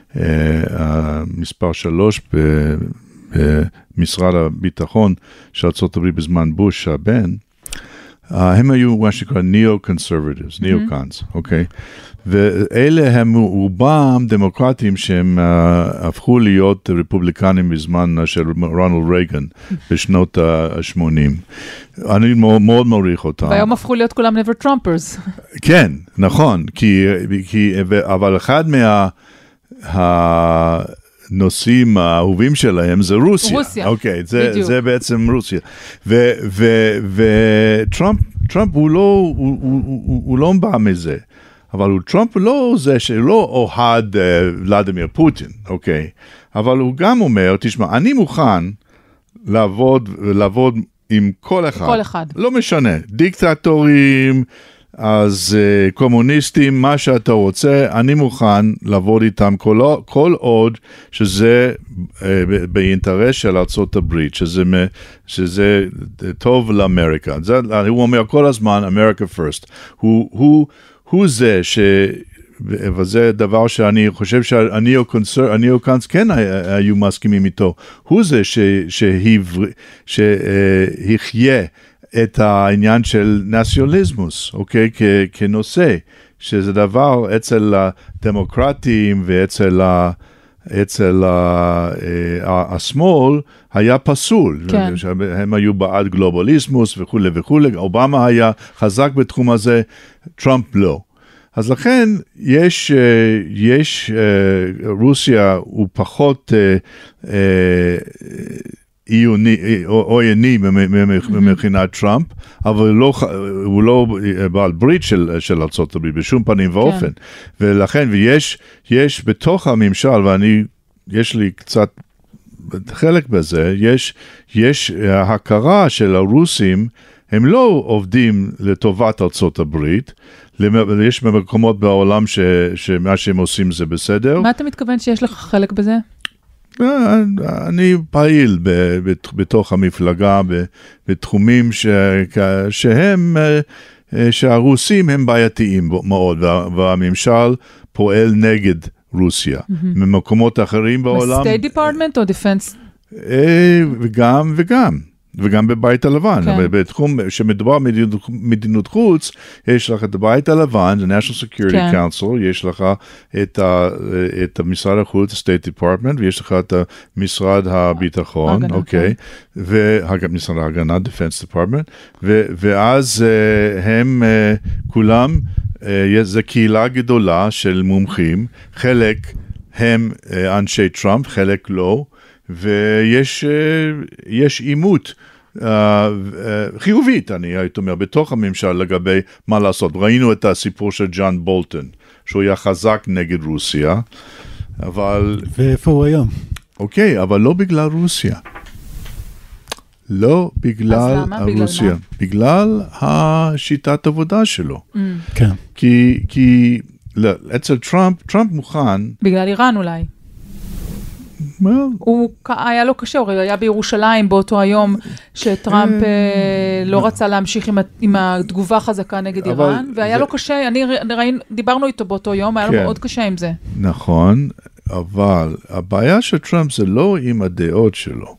מספר 3 במשרד הביטחון של ארצות הברית בזמן בוש הבן, הם היו מה שנקרא ניאו-קונסרבטיבס, ניאו-קאנס, אוקיי? ואלה הם רובם דמוקרטים שהם הפכו להיות רפובליקנים בזמן של רונלד רייגן בשנות ה-80. אני מאוד מעריך אותם. והיום הפכו להיות כולם never Trumpers. כן, נכון, אבל אחד הנושאים האהובים שלהם זה רוסיה. רוסיה, אוקיי, בדיוק. זה בעצם רוסיה. וטראמפ הוא לא בא מזה. אבל טראמפ לא זה שלא אוהד ולדימיר פוטין, אוקיי? אבל הוא גם אומר, תשמע, אני מוכן לעבוד עם כל אחד. כל אחד. לא משנה, דיקטטורים, אז קומוניסטים, מה שאתה רוצה, אני מוכן לעבוד איתם כל עוד שזה באינטרס של ארצות הברית, שזה טוב לאמריקה. הוא אומר כל הזמן, America first. הוא זה וזה דבר שאני חושב שהניאו-קאנס כן היו מסכימים איתו, הוא זה שהחיה את העניין של נציונליזמוס, אוקיי, כנושא, שזה דבר אצל הדמוקרטים ואצל השמאל היה פסול, כן. הם היו בעד גלובליזמוס וכו' וכו', אובמה היה חזק בתחום הזה, טראמפ לא. אז לכן יש רוסיה הוא פחות עויני מבחינת טראמפ, אבל הוא לא בעל ברית של ארצות הברית בשום פנים ואופן. ולכן, ויש בתוך הממשל, יש לי קצת חלק בזה, יש הכרה של הרוסים, הם לא עובדים לטובת ארצות הברית, יש מקומות בעולם שמה שהם עושים זה בסדר. מה אתה מתכוון שיש לך חלק בזה? אני פעיל בתוך המפלגה, בתחומים שהרוסים הם בעייתיים מאוד, והממשל פועל נגד רוסיה. ממקומות אחרים בעולם. ב-State Department או Defense? וגם בבית הלבן, בתחום שמדובר מדיניות חוץ, יש לך את הבית הלבן, the National Security Council, יש לך את משרד החוץ, State Department, ויש לך את משרד הביטחון, אוקיי, ומשרד ההגנה, Defense Department, ואז הם כולם, זו קהילה גדולה של מומחים, חלק הם אנשי טראמפ, חלק לא, ויש עימות חיובית, אני הייתי אומר, בתוך הממשל לגבי מה לעשות. ראינו את הסיפור של ג'ון בולטון, שהוא היה חזק נגד רוסיה, אבל... ואיפה הוא היום? אוקיי, אבל לא בגלל רוסיה. לא בגלל רוסיה. בגלל השיטת עבודה שלו. כן. כי אצל טראמפ מוכן... בגלל איראן אולי. היה לו קשה, הוא היה בירושלים באותו היום שטראמפ לא רצה להמשיך עם התגובה חזקה נגד איראן, והיה לו קשה, דיברנו איתו באותו יום, היה לו מאוד קשה עם זה. נכון, אבל הבעיה של טראמפ זה לא עם הדעות שלו.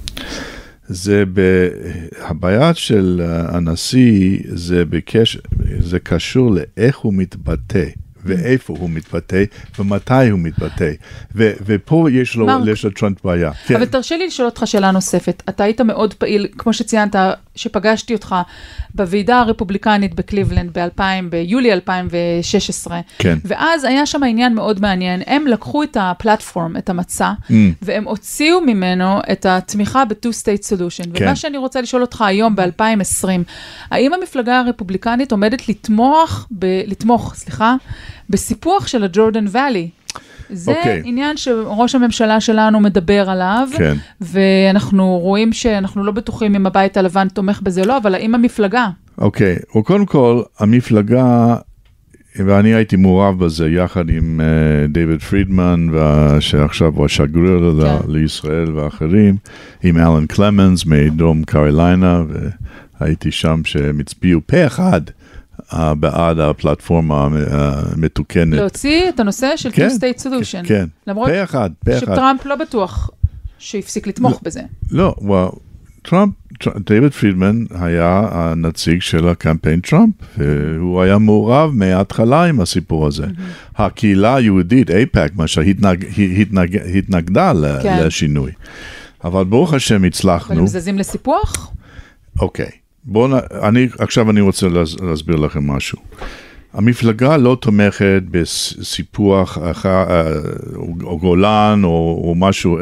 הבעיה של הנשיא זה קשור לאיך הוא מתבטא. ואיפה הוא מתבטא, ומתי הוא מתבטא. ופה יש לו טראמפ בעיה. אבל תרשה לי לשאול אותך שאלה נוספת. אתה היית מאוד פעיל, כמו שציינת, שפגשתי אותך בוועידה הרפובליקנית בקליבלנד ביולי 2016. כן. ואז היה שם העניין מאוד מעניין. הם לקחו את הפלטפורם, את המצע, והם הוציאו ממנו את התמיכה ב-Two-State Solution. כן. ומה שאני רוצה לשאול אותך היום, ב-2020, האם המפלגה הרפובליקנית עומדת לתמוך, בסיפוח של הג'ורדן ואלי? זה עניין שראש הממשלה שלנו מדבר עליו, ואנחנו רואים שאנחנו לא בטוחים אם הבית הלבן תומך בזה לא, אבל האם המפלגה? אוקיי, וקודם כל, המפלגה, ואני הייתי מעורב בזה יחד עם דיוויד פרידמן, שעכשיו הוא השגריר לישראל ואחרים, עם אלן קלמנס מדרום קרוליינה, והייתי שם שהם הצביעו פה אחד בעד הפלטפורמה המתוקנת. להוציא את הנושא של Two-State Solution. כן, פה אחד. שטראמפ לא בטוח שהפסיק לתמוך בזה. לא, טראמפ, דיוויד פרידמן היה הנציג של הקמפיין טראמפ, והוא היה מעורב מההתחלה עם הסיפור הזה. הקהילה היהודית, אייפק, מה שהתנגדה לשינוי. אבל ברוך השם הצלחנו. אבל הם זזים לסיפוח? אוקיי. עכשיו אני רוצה להסביר לכם משהו. המפלגה לא תומכת בסיפוח או גולן או משהו,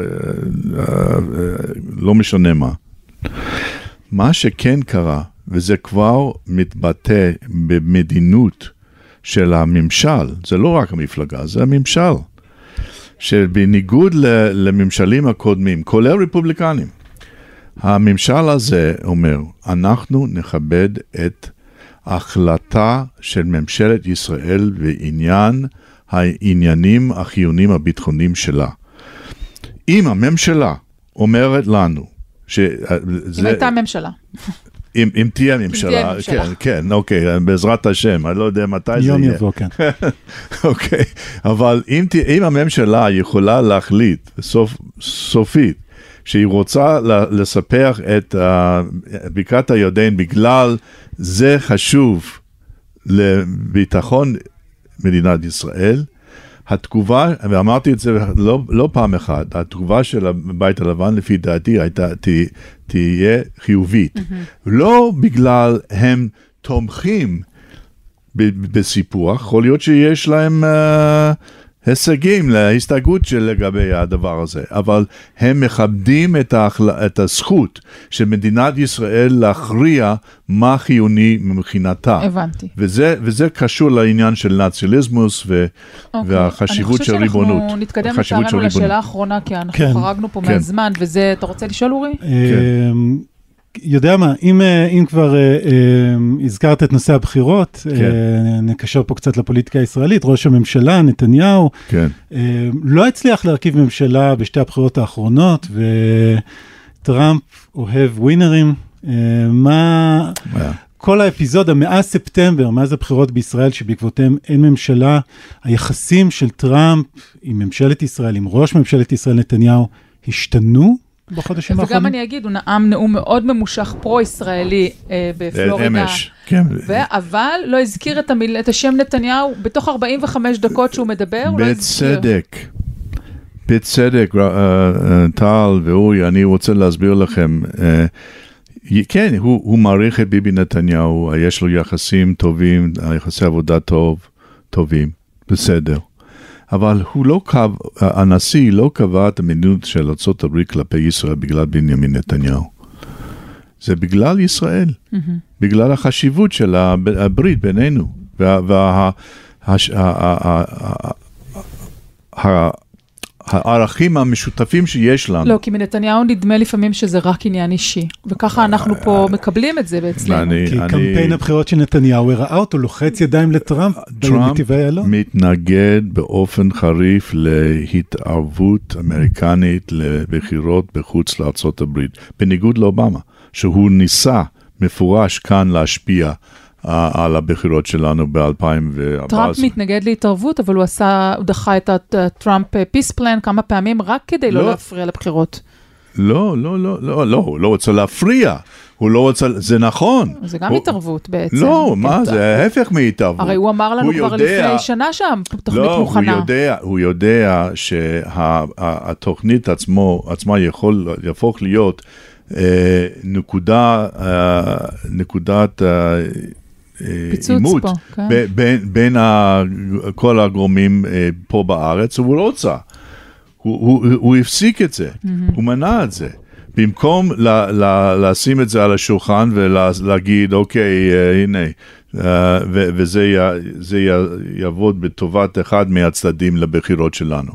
לא משנה מה. מה שכן קרה, וזה כבר מתבטא במדינות של הממשל, זה לא רק המפלגה, זה הממשל, שבניגוד לממשלים הקודמים, כולל רפובליקנים, הממשל הזה אומר, אנחנו נכבד את ההחלטה של ממשלת ישראל ועניין העניינים החיוניים הביטחוניים שלה. אם הממשלה אומרת לנו, אם הייתה ממשלה. אם תהיה ממשלה, כן, אוקיי, בעזרת השם, אני לא יודע מתי זה יהיה. יום יבוא, כן. אוקיי, אבל אם הממשלה יכולה להחליט סופית, שהיא רוצה לספח את בקעת הירדן בגלל זה חשוב לביטחון מדינת ישראל, התגובה, ואמרתי את זה לא פעם אחת, התגובה של הבית הלבן לפי דעתי תהיה חיובית. לא בגלל הם תומכים בסיפוח, יכול להיות שיש להם הישגים להסתייגות לגבי הדבר הזה, אבל הם מכבדים את הזכות של מדינת ישראל להכריע מה חיוני מבחינתה. הבנתי. וזה קשור לעניין של נאציוניזמוס והחשיבות של ריבונות. אני חושבת שאנחנו נתקדם לצערנו לשאלה האחרונה, כי אנחנו חרגנו פה מהזמן, וזה, אתה רוצה לשאול אורי? כן. יודע מה, אם כבר הזכרת את נושא הבחירות, נקשר פה קצת לפוליטיקה הישראלית, ראש הממשלה, נתניהו, לא הצליח להרכיב ממשלה בשתי הבחירות האחרונות, וטראמפ אוהב ווינרים. מה כל האפיזודה מאז ספטמבר, מאז הבחירות בישראל, שבעקבותיהם אין ממשלה, היחסים של טראמפ עם ממשלת ישראל, עם ראש ממשלת ישראל נתניהו, השתנו בחודשים האחרונים. וגם אני אגיד, הוא נאם נאום מאוד ממושך פרו-ישראלי בפלורידה. כן. אבל לא הזכיר את השם נתניהו, בתוך 45 דקות שהוא מדבר, הוא לא הזכיר. בצדק, טל ואורי, אני רוצה להסביר לכם, כן, הוא מעריך את ביבי נתניהו, יש לו יחסים טובים, יחסי עבודה טובים, בסדר. אבל הנשיא לא קבע את המדיניות של ארצות הברית כלפי ישראל בגלל בנימין נתניהו. זה בגלל ישראל, בגלל החשיבות של הברית בינינו, הערכים המשותפים שיש לנו. לא, כי מנתניהו נדמה לפעמים שזה רק עניין אישי, וככה אנחנו פה מקבלים את זה בעצמנו. כי קמפיין הבחירות של נתניהו הראה אותו, לוחץ ידיים לטראמפ, טראמפ מתנגד באופן חריף להתערבות אמריקנית לבחירות בחוץ לארצות הברית, בניגוד לאובמה, שהוא ניסה מפורש כאן להשפיע על הבחירות שלנו ב-2014. טראמפ מתנגד להתערבות, אבל הוא דחה את הטראמפ פיס פלן כמה פעמים רק כדי לא להפריע לבחירות. לא, הוא לא רוצה להפריע. הוא לא רוצה, זה נכון. זה גם התערבות בעצם. לא, מה, זה ההפך מהתערבות. הרי הוא אמר לנו כבר לפני שנה שם, תוכנית מוכנה. הוא יודע שהתוכנית עצמה יהפוך להיות נקודת עימות בין כל הגורמים פה בארץ, והוא לא רוצה. הוא הפסיק את זה, הוא מנע את זה. במקום לשים את זה על השולחן ולהגיד, אוקיי, הנה, וזה יעבוד בטובת אחד מהצדדים לבחירות שלנו.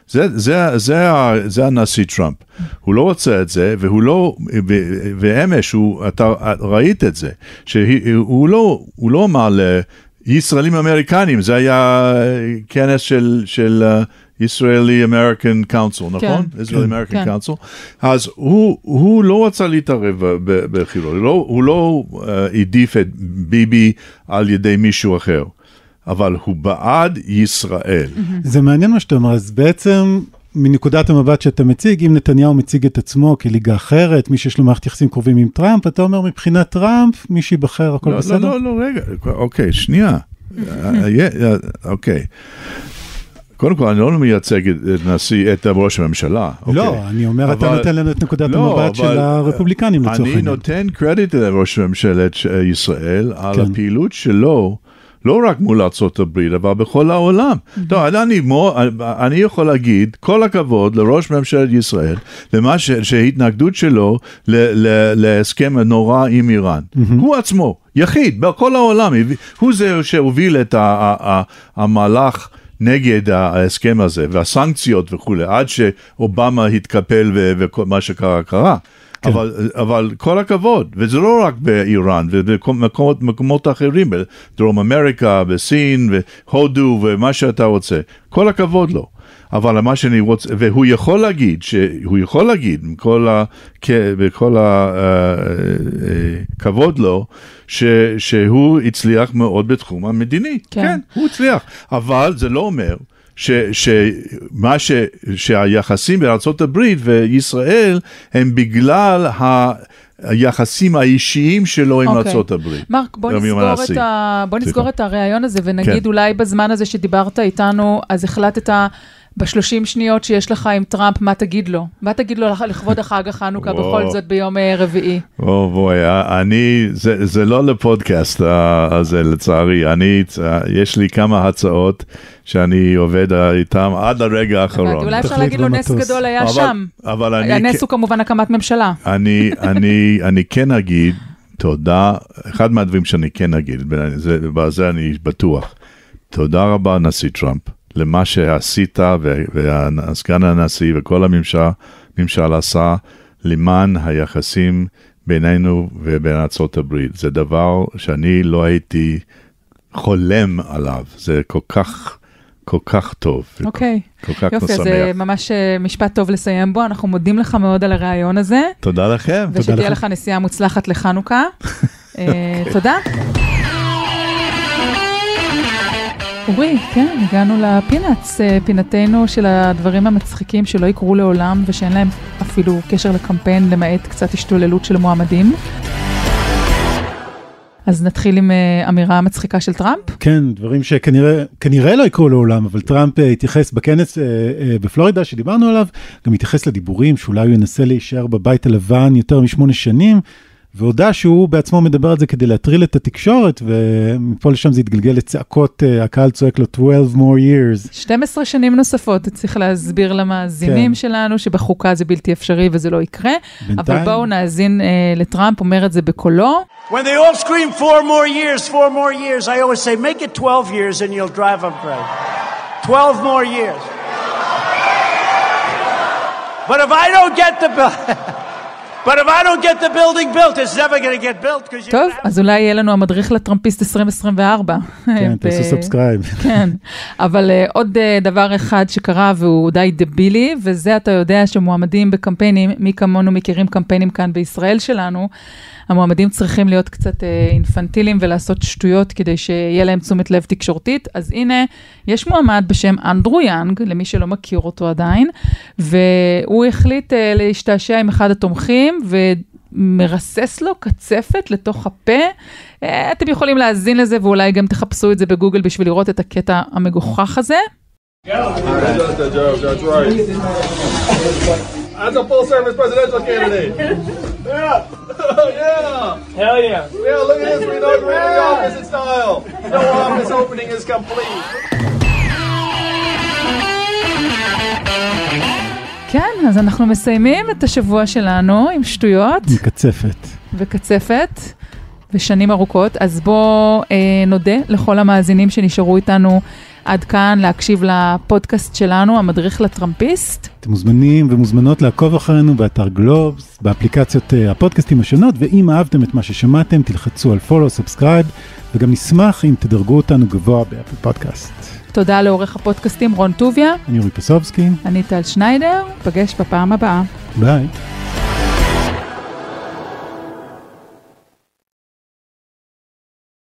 זה הנשיא טראמפ. הוא לא רוצה את זה, ואמש, אתה ראית את זה, שהוא לא אמר לישראלים אמריקנים, זה היה כנס של Israeli American Council, נכון? Israeli American Council. אז הוא לא רצה להתערב בחירות, הוא לא העדיף את ביבי על ידי מישהו אחר, אבל הוא בעד ישראל. זה מעניין מה שאתה אומר, אז בעצם מנקודת המבט שאתה מציג, אם נתניהו מציג את עצמו כליגה אחרת, מי שיש לו מערכת יחסים קרובים עם טראמפ, אתה אומר מבחינת טראמפ, מי שיבחר, הכל בסדר? לא, רגע, אוקיי, שנייה. אוקיי. קודם כל, אני לא מייצג את ראש הממשלה. לא, אני אומר, אתה נותן לנו את נקודת המבט של הרפובליקנים לצורך העניין. אני נותן קרדיט לראש ממשלת ישראל על הפעילות שלו, לא רק מול ארצות הברית, אבל בכל העולם. אני יכול להגיד, כל הכבוד לראש ממשלת ישראל, למה שההתנגדות שלו להסכם הנורא עם איראן. הוא עצמו, יחיד, בכל העולם, הוא זה שהוביל את המהלך נגד ההסכם הזה, והסנקציות וכו', עד שאובמה התקפל ומה שקרה קרה. אבל כל הכבוד, וזה לא רק באיראן, ובמקומות אחרים, בדרום אמריקה, בסין, והודו, ומה שאתה רוצה. כל הכבוד לו. אבל מה שאני רוצה, והוא יכול להגיד, בכל הכבוד לו, שהוא הצליח מאוד בתחום המדיני. כן, הוא הצליח. אבל זה לא אומר שהיחסים בארצות הברית וישראל הם בגלל היחסים האישיים שלו עם ארצות הברית. מרק, בוא נסגור את הרעיון הזה, ונגיד אולי בזמן הזה שדיברת איתנו, אז החלטת ב30 שניות שיש לך עם טראמפ, מה תגיד לו? מה תגיד לו לכבוד החג החנוכה בכל זאת ביום רביעי? בואי, זה לא לפודקאסט הזה לצערי, יש לי כמה הצעות שאני עובד איתם עד הרגע האחרון. אולי אפשר להגיד לו נס גדול היה שם. הנס הוא כמובן הקמת ממשלה. אני כן אגיד, תודה, אחד מהדברים שאני כן אגיד, בזה אני בטוח, תודה רבה נשיא טראמפ. למה שעשית והסגן הנשיא וכל הממשל עשה למען היחסים בינינו ובין ארצות הברית. זה דבר שאני לא הייתי חולם עליו. זה כל כך טוב. אוקיי. כל כך יופי, משמח. זה ממש משפט טוב לסיים בו. אנחנו מודים לך מאוד על הרעיון הזה. תודה לכם. ושתהיה לך נסיעה מוצלחת לחנוכה. תודה. אורי, כן, הגענו לפינאץ, פינתנו של הדברים המצחיקים שלא יקרו לעולם ושאין להם אפילו קשר לקמפיין, למעט קצת השתוללות של מועמדים. אז נתחיל עם אמירה מצחיקה של טראמפ? כן, דברים שכנראה לא יקרו לעולם, אבל טראמפ התייחס בכנס בפלורידה שדיברנו עליו, גם התייחס לדיבורים שאולי הוא ינסה להישאר בבית הלבן יותר מ8 שנים, והודע שהוא בעצמו מדבר על זה כדי להטריל את התקשורת, ומפה לשם זה התגלגל לצעקות, הקהל צועק לו 12 more years. 12 שנים נוספות, צריך להסביר למאזינים שלנו, שבחוקה זה בלתי אפשרי וזה לא יקרה, אבל בואו נאזין לטראמפ, אומר את זה בקולו. When they all scream 4 more years, I always say, make it 12 years and you'll drive them crazy. 12 more years. But if I don't get the bill... But if I don't get the building built, it's never going to get built. טוב, אז אולי יהיה לנו המדריך לטראמפיסט 2024. כן, תעשו סאבסקרייב. כן, אבל עוד דבר אחד שקרה והוא די דבילי, וזה אתה יודע שמועמדים בקמפיינים, מי כמונו מכירים קמפיינים כאן בישראל שלנו, המועמדים צריכים להיות קצת אינפנטילים ולעשות שטויות כדי שיהיה להם תשומת לב תקשורתית. אז הנה, יש מועמד בשם אנדרו יאנג, למי שלא מכיר אותו עדיין, והוא החליט להשתעשע עם אחד התומכים, ומרסס לו קצפת לתוך הפה. אתם יכולים להאזין לזה, ואולי גם תחפשו את זה בגוגל בשביל לראות את הקטע המגוחך הזה. As a full-service presidential candidate. Yeah. Yeah. Hell yeah. Yeah, look at this. We inaugurated the office in style. No office opening is complete. כן, אז אנחנו מסיימים את השבוע שלנו עם שטויות. מקצפת. וקצפת. ושנים ארוכות, אז בוא נודה לכל המאזינים שנשארו איתנו עד כאן להקשיב לפודקאסט שלנו, המדריך לטראמפיסט. אתם מוזמנים ומוזמנות לעקוב אחרינו באתר גלובס, באפליקציות הפודקאסטים השונות, ואם אהבתם את מה ששמעתם, תלחצו על follow, subscribe, וגם נשמח אם תדרגו אותנו גבוה באפל פודקאסט. תודה לעורך הפודקאסטים רון טוביה. אני אורי פסובסקי. אני טל שניידר, פגש בפעם הבאה. ביי.